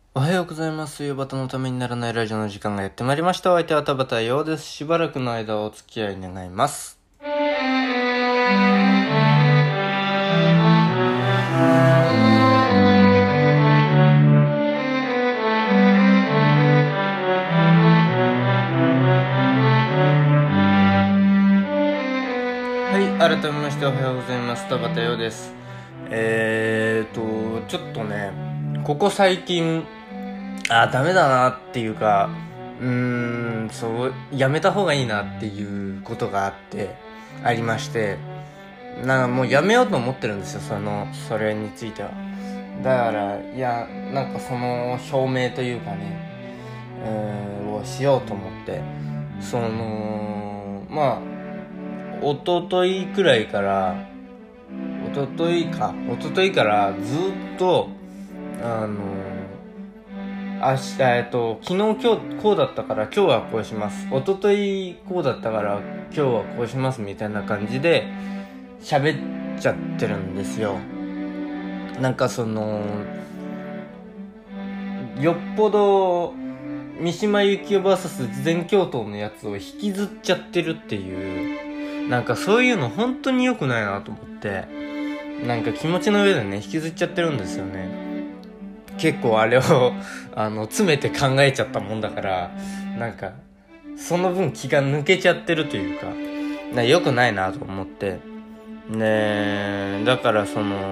おはようございます。夕方のためにならないラジオの時間がやってまいりました。お相手は田畑陽です。しばらくの間お付き合い願います。はい、改めましておはようございます。田畑陽です。ちょっとね、ここ最近、ダメだなっていうか、やめた方がいいなっていうことがありまして、もうやめようと思ってるんですよ、それについては。だから、その表明というかね、をしようと思って、一昨日くらいから、一昨日からずっと、昨日今日こうだったから今日はこうします。一昨日こうだったから今日はこうしますみたいな感じで喋っちゃってるんですよ。よっぽど三島由紀夫 VS 全教頭のやつを引きずっちゃってるっていう、そういうの本当に良くないなと思って、気持ちの上でね引きずっちゃってるんですよね。結構あれを詰めて考えちゃったもんだから、その分気が抜けちゃってるというか、良くないなと思って。ね、だから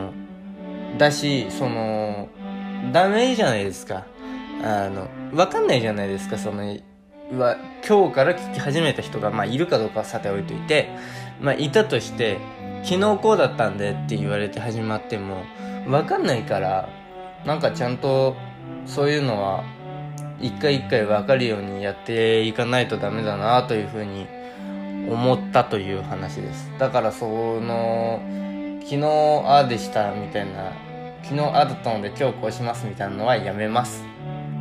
ダメじゃないですか。わかんないじゃないですか、今日から聞き始めた人が、いるかどうかはさておいといて、いたとして、昨日こうだったんでって言われて始まっても、わかんないから、ちゃんと、そういうのは、一回一回わかるようにやっていかないとダメだなというふうに思ったという話です。だから昨日ああでしたみたいな、昨日ああだったので今日こうしますみたいなのはやめます。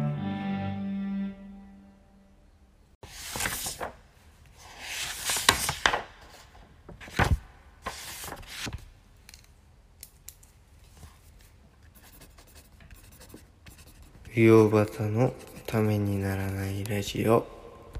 夕方のためにならないラジオ。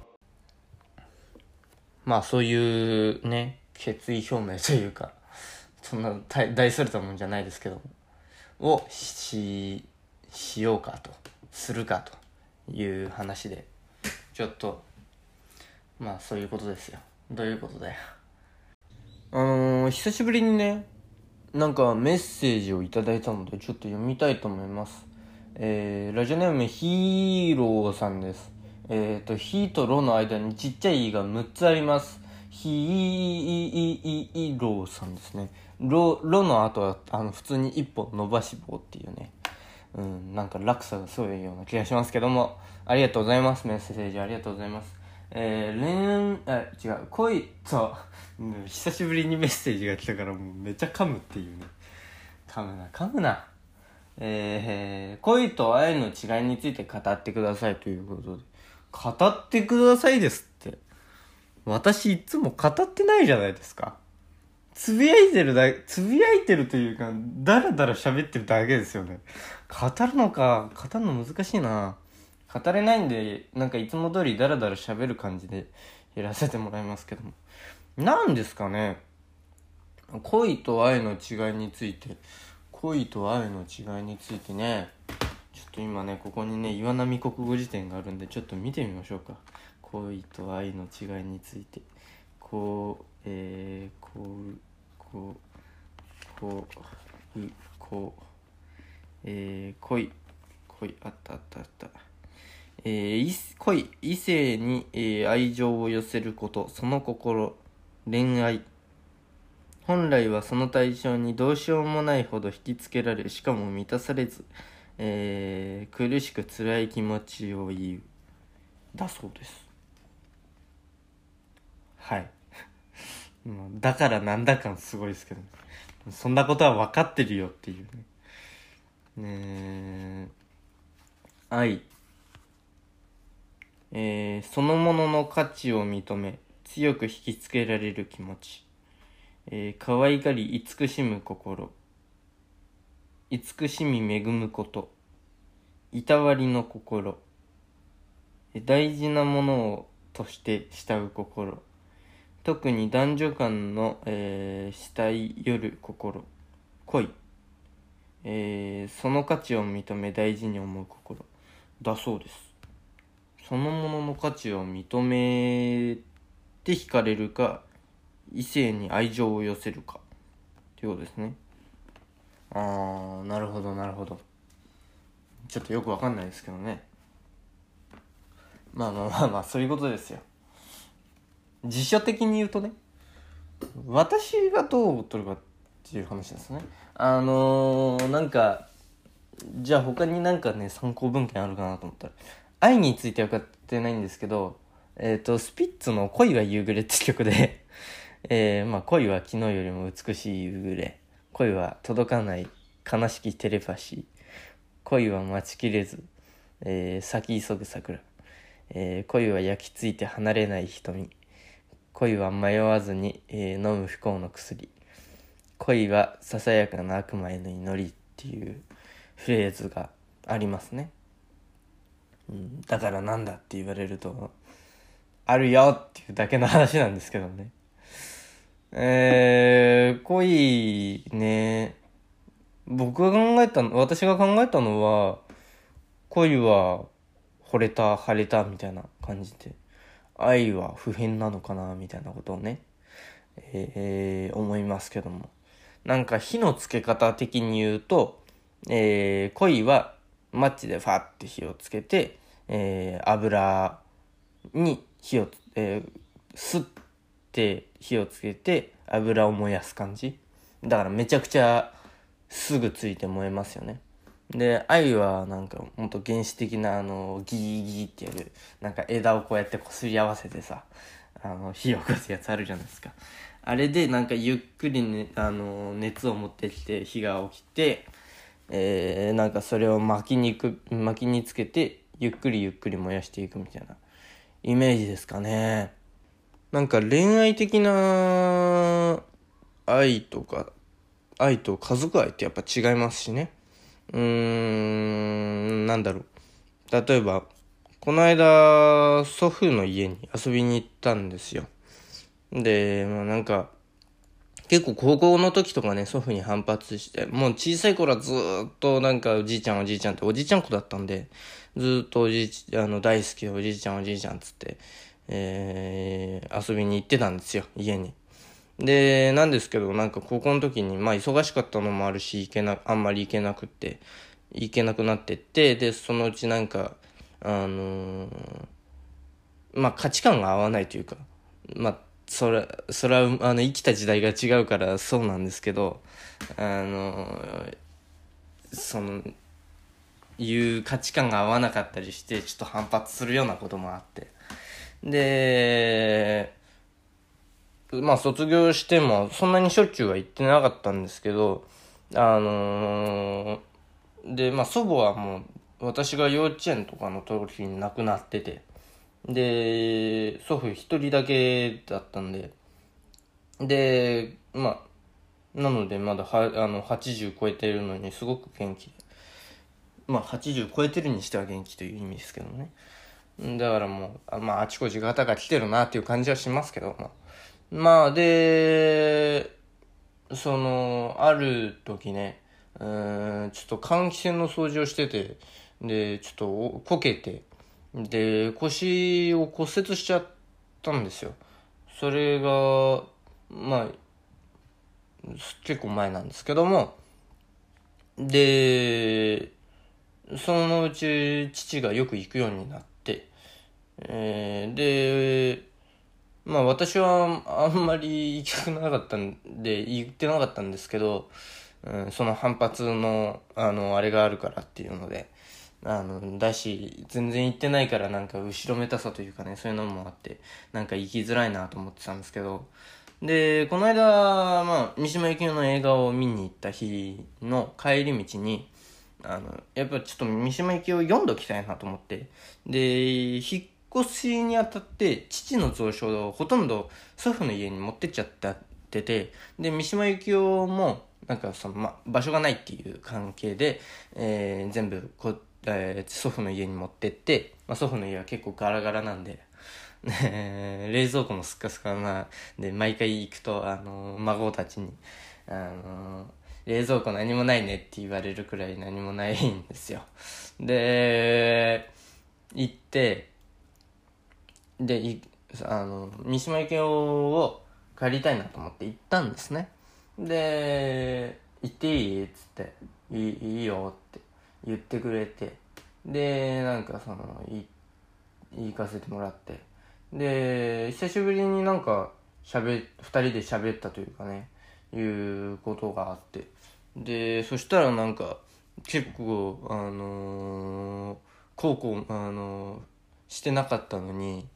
そういうね、決意表明というか、そんな大それたもんじゃないですけどしようかとするかという話で、ちょっとそういうことですよ。どういうことだよ。久しぶりにね、メッセージをいただいたのでちょっと読みたいと思います。ラジオネームヒーローさんです。ヒとロの間にちっちゃいイが6つあります。ヒーローさんですね。ロの後は普通に一本伸ばし棒っていうね、落差がすごいような気がしますけども、ありがとうございます。メッセージありがとうございます。恋と、久しぶりにメッセージが来たからもうめっちゃ噛むっていうね。噛むな。恋と愛の違いについて語ってくださいということで。語ってくださいですって。私いつも語ってないじゃないですか。つぶやいてるというか、だらだら喋ってるだけですよね。語るの難しいな。語れないんで、いつも通りだらだら喋る感じでやらせてもらいますけども。なんですかね。恋と愛の違いについてね、ちょっと今ね、ここにね、岩波国語辞典があるんで、ちょっと見てみましょうか。恋と愛の違いについて。こう、こ恋、あった。恋、異性に、愛情を寄せること、その心、恋愛。本来はその対象にどうしようもないほど引きつけられ、しかも満たされず、苦しく辛い気持ちを言う。だそうです。はい。だからなんだかすごいですけど、そんなことは分かってるよっていうね。愛。そのものの価値を認め、強く引きつけられる気持ち。可愛がり慈しむ心。慈しみ恵むこと。 いたわりの心、大事なものをとして慕う心、特に男女間の、慕いよる心、恋、その価値を認め大事に思う心だそうです。そのものの価値を認めて惹かれるか、異性に愛情を寄せるかということですね。なるほどなるほど。ちょっとよくわかんないですけどね。まあそういうことですよ。辞書的に言うとね、私がどう取るかっていう話ですね。なんかじゃあ他になんかね参考文献あるかなと思ったら、愛については分かってないんですけど、スピッツの恋は夕暮れって曲で恋は昨日よりも美しい夕暮れ、恋は届かない悲しきテレパシー、恋は待ちきれず、咲き急ぐ桜、恋は焼き付いて離れない瞳、恋は迷わずに、飲む不幸の薬、恋はささやかな悪魔への祈りっていうフレーズがありますね。だからなんだって言われると、あるよっていうだけの話なんですけどね。恋ね、私が考えたのは、恋は惚れた、晴れたみたいな感じで、愛は普遍なのかなみたいなことをね、思いますけども。なんか火のつけ方的に言うと、恋はマッチでファーって火をつけて、油に火を、吸って火をつけて油を燃やす感じ。だからめちゃくちゃすぐついて燃えますよね。で、愛はなんかもっと原始的なギーギーってやる、なんか枝をこうやってこすり合わせてさ、火を起こすやつあるじゃないですか。あれでなんかゆっくりね、熱を持ってきて火が起きて、なんかそれを薪につけてゆっくり燃やしていくみたいなイメージですかね。なんか恋愛的な愛と家族愛ってやっぱ違いますしね。なんだろう。例えば、この間、祖父の家に遊びに行ったんですよ。で、なんか、結構高校の時とかね、祖父に反発して、もう小さい頃はずーっとなんかおじいちゃんっておじいちゃん子だったんで、ずーっと大好きおじいちゃんつって、遊びに行ってたんですよ、家に。で、なんですけど、なんか高校の時に、忙しかったのもあるし、あんまり行けなくなってって、で、そのうちなんか、価値観が合わないというか、それは、生きた時代が違うからそうなんですけど、いう価値観が合わなかったりして、ちょっと反発するようなこともあって。で、卒業しても、そんなにしょっちゅうは行ってなかったんですけど、祖母はもう、私が幼稚園とかの時に亡くなってて、で、祖父一人だけだったんで、で、なのでまだ80超えてるのにすごく元気で。80超えてるにしては元気という意味ですけどね。だからもう、あちこちガタが来てるなっていう感じはしますけど、で、ある時ね、ちょっと換気扇の掃除をしてて、で、ちょっとこけて、で、腰を骨折しちゃったんですよ。それが、結構前なんですけども、で、そのうち父がよく行くようになって、で、私はあんまり行きたくなかったんで、行ってなかったんですけど、その反発の、あれがあるからっていうので、だし、全然行ってないからなんか後ろめたさというかね、そういうのもあって、なんか行きづらいなと思ってたんですけど、で、この間、三島由紀夫の映画を見に行った日の帰り道に、やっぱちょっと三島由紀夫読んどきたいなと思って、で、引っ越しにあたって父の蔵書をほとんど祖父の家に持ってっちゃってて、で、三島由紀夫も、なんか場所がないっていう関係で、全部祖父の家に持ってって、祖父の家は結構ガラガラなんで、冷蔵庫もスッカスカなで、毎回行くと孫たちに冷蔵庫何もないねって言われるくらい何もないんですよ。で行って、で三島由紀夫を帰りたいなと思って行ったんですね。で行っていいっつっていいよって言ってくれて、でなんか行かせてもらって、で久しぶりになんか2人で喋ったというかね、いうことがあって、でそしたらなんか結構こうしてなかったのに、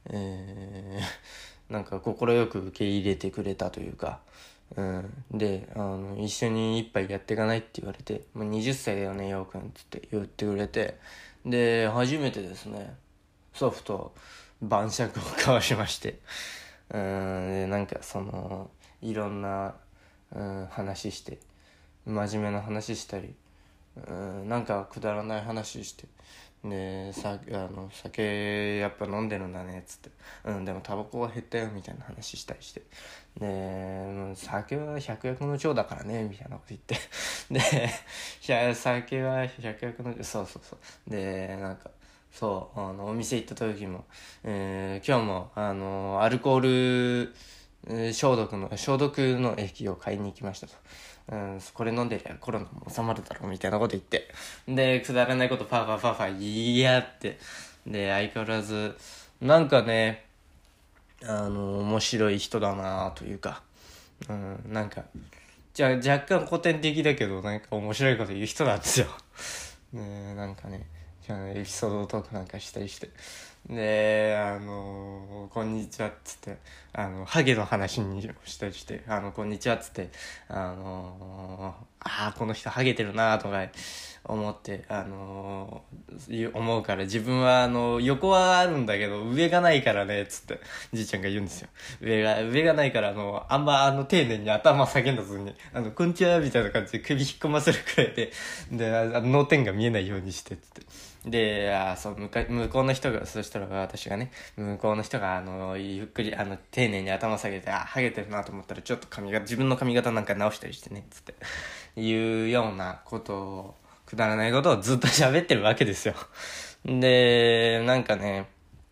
なんか快く受け入れてくれたというか、で一緒に一杯やっていかないって言われて、20歳だよねようくんって言ってくれて、で初めてですね祖父と晩酌を交わしまして、でなんかいろんな、話して、真面目な話したり、なんかくだらない話して、で酒やっぱ飲んでるんだねっつって、でもタバコは減ったよみたいな話したりして、で酒は百薬の長だからねみたいなこと言ってで酒は百薬の長、そうでなんかお店行った時も、今日もアルコール消毒の液を買いに行きましたと、これ飲んでりゃコロナも収まるだろうみたいなこと言って、でくだらないことパー言い合って、で相変わらずなんかね面白い人だなというか、なんか若干古典的だけどなんか面白いこと言う人なんですよなんかねエピソードトークなんかしたりして、でこんにちはっつってハゲの話にしたりして、こんにちはっつって、この人ハゲてるなとか思って思うから、自分は横はあるんだけど上がないからねっつってじいちゃんが言うんですよ。上がないからあんま丁寧に頭下げなずにこんにちはみたいな感じで首引っ込ませるくらいで、脳天が見えないようにしてっつって、で向こうの人が、そしたら私がね、向こうの人がゆっくり丁寧に頭下げて、ハゲてるなと思ったらちょっと自分の髪型なんか直したりしてねつっていうようなことを、くだらないことをずっと喋ってるわけですよ。でなんかね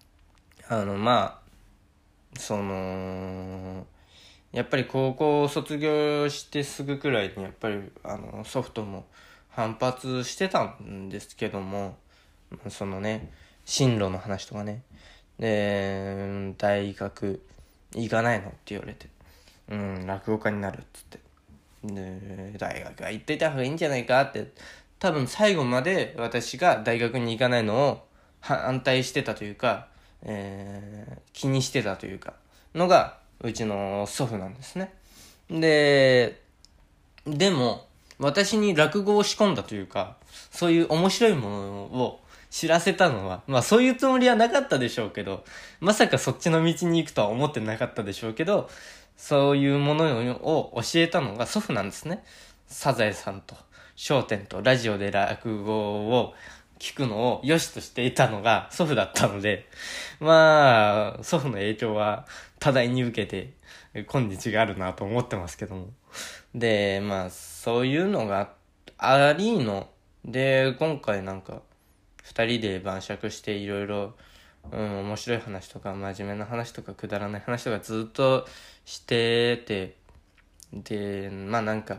やっぱり高校を卒業してすぐくらいにやっぱりソフトも反発してたんですけども、進路の話とかね、で大学行かないのって言われて、落語家になるっつって、で大学は行ってた方がいいんじゃないかって、多分最後まで私が大学に行かないのを反対してたというか、気にしてたというかのがうちの祖父なんですね。でも私に落語を仕込んだというか、そういう面白いものを知らせたのは、そういうつもりはなかったでしょうけど、まさかそっちの道に行くとは思ってなかったでしょうけど、そういうものを教えたのが祖父なんですね。サザエさんと笑点とラジオで落語を聞くのを良しとしていたのが祖父だったので、祖父の影響は多大に受けて今日があるなと思ってますけども。でそういうのがありので、今回なんか2人で晩酌していろいろ面白い話とか真面目な話とかくだらない話とかずっとしてて、でなんか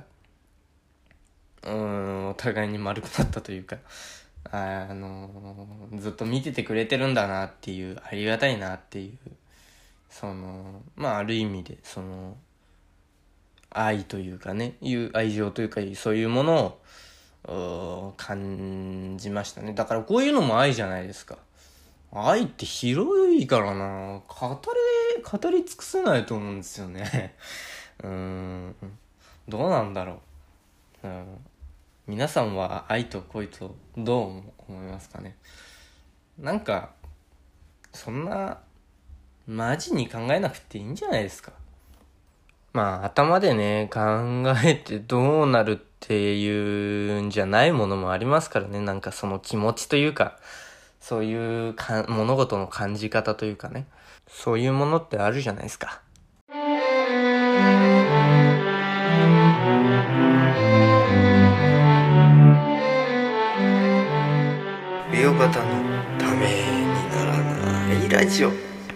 お互いに丸くなったというか、ずっと見ててくれてるんだなっていう、ありがたいなっていう、ある意味で愛というかね、愛情というかそういうものを感じましたね。だからこういうのも愛じゃないですか。愛って広いからな、語り尽くせないと思うんですよねどうなんだろう。皆さんは愛と恋とどう思いますかね。なんかそんなマジに考えなくていいんじゃないですか。 頭でね、考えてどうなるっていうんじゃないものもありますからね。なんかその気持ちというか、そういう物事の感じ方というかね。そういうものってあるじゃないですか。美容方のためにならないラジオ。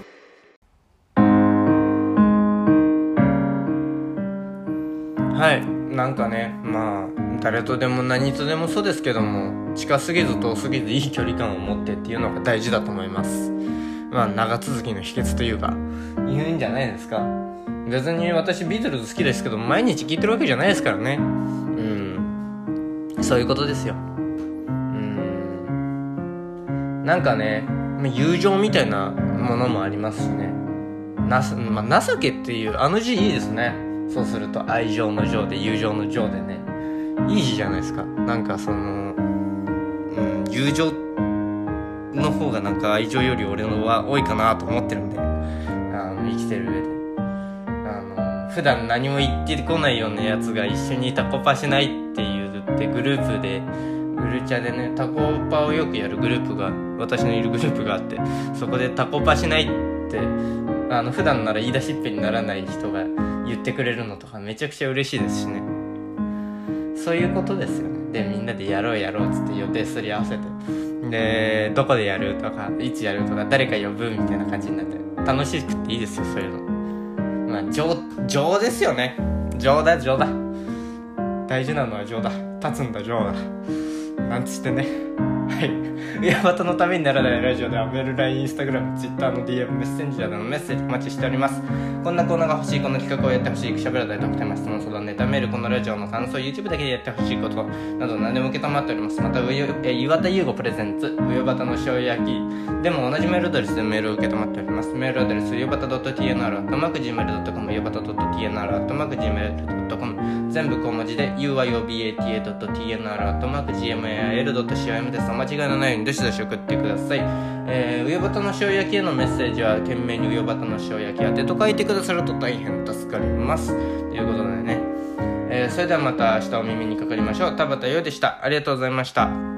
はい、なんかね、誰とでも何とでもそうですけども、近すぎず遠すぎずいい距離感を持ってっていうのが大事だと思います。長続きの秘訣というか、言うんじゃないですか。別に私ビートルズ好きですけど、毎日聴いてるわけじゃないですからね。そういうことですよ。なんかね、友情みたいなものもありますしね。情けっていう字いいですね。そうすると愛情の情で友情の情でね、いい字じゃないですか。なんか友情の方がなんか愛情より俺のは多いかなと思ってるんで、生きてる上で普段何も言ってこないようなやつが一緒にタコパしないって言ってグループでグルチャでね、タコパをよくやるグループが、私のいるグループがあって、そこでタコパしないって普段なら言い出しっぺにならない人が言ってくれるのとかめちゃくちゃ嬉しいですしね。そういうことですよね。でみんなでやろうっつって予定すり合わせて、でどこでやるとかいつやるとか誰か呼ぶみたいな感じになって楽しくていいですよ、そういうの。情ですよね。情だ大事なのは情だ。立つんだ情だなんつってね。はい、親バタのためにならないラジオではメール、LINE、Instagram、Twitter の DM、メッセンジャーでのメッセージお待ちしております。こんなコーナーが欲しい、この企画をやってほしい、喋らない特典や質問相談ネタメール、このラジオの感想、 YouTube だけでやってほしいことなど何でも受け止まっております。また岩田優吾プレゼンツ親バタの塩焼きでも同じメールアドレスでメールを受け止まっております。メールアドレス親バタ .tnr@gmail.com 親バタ .tnr@gmail.com 全部小文字で uyobata.tnr@gmail.com です。お間違いのないようにどしどし送ってください。上端の塩焼きへのメッセージは懸命に上端の塩焼き宛てと書いてくださると大変助かりますということでね、それではまた明日お耳にかかりましょう。田畑優でした。ありがとうございました。